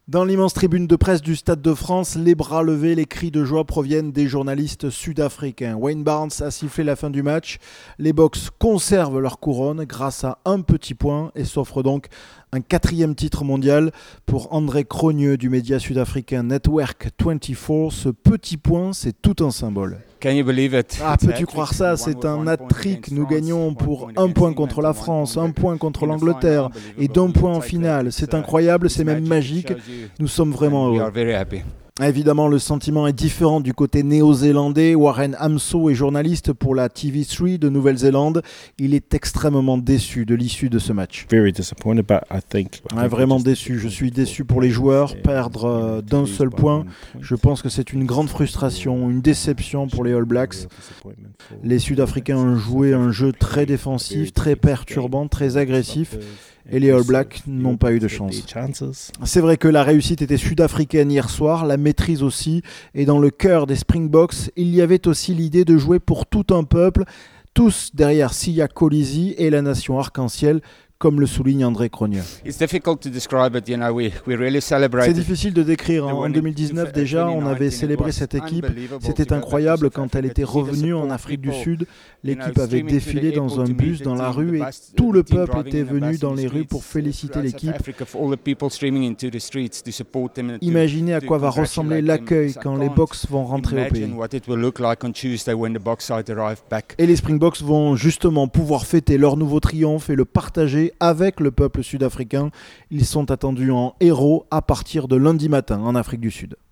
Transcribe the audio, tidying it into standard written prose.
Dans l'immense tribune de presse du Stade de France, les bras levés, les cris de joie proviennent des journalistes sud-africains. Wayne Barnes a sifflé la fin du match. Les Boks conservent leur couronne grâce à un petit point et s'offrent donc un 4e titre mondial. Pour André Cronje du média sud-africain Network 24, ce petit point, c'est tout un symbole. Can you believe it? Ah, peux-tu croire ça? C'est un hat-trick. Nous gagnons pour 1 point contre la France, 1 point contre l'Angleterre et d'1 point en finale. C'est incroyable, c'est même magique. Nous sommes vraiment heureux. Évidemment, le sentiment est différent du côté néo-zélandais. Warren Amso est journaliste pour la TV3 de Nouvelle-Zélande. Il est extrêmement déçu de l'issue de ce match. Vraiment déçu. Je suis déçu pour les joueurs. Perdre d'un seul point, je pense que c'est une grande frustration, une déception pour les All Blacks. Les Sud-Africains ont joué un jeu très défensif, très perturbant, très agressif. Et les All Blacks n'ont pas eu de chance. C'est vrai que la réussite était sud-africaine hier soir, la maîtrise aussi, et dans le cœur des Springboks, il y avait aussi l'idée de jouer pour tout un peuple, tous derrière Siya Kolisi et la nation arc-en-ciel, comme le souligne André Cronje. C'est difficile de décrire. En 2019 déjà, on avait célébré cette équipe. C'était incroyable quand elle était revenue en Afrique du Sud. L'équipe avait défilé dans un bus dans la rue et tout le peuple était venu dans les rues pour féliciter l'équipe. Imaginez à quoi va ressembler l'accueil quand les Boks vont rentrer au pays. Et les Springboks vont justement pouvoir fêter leur nouveau triomphe et le partager avec le peuple sud-africain. Ils sont attendus en héros à partir de lundi matin en Afrique du Sud.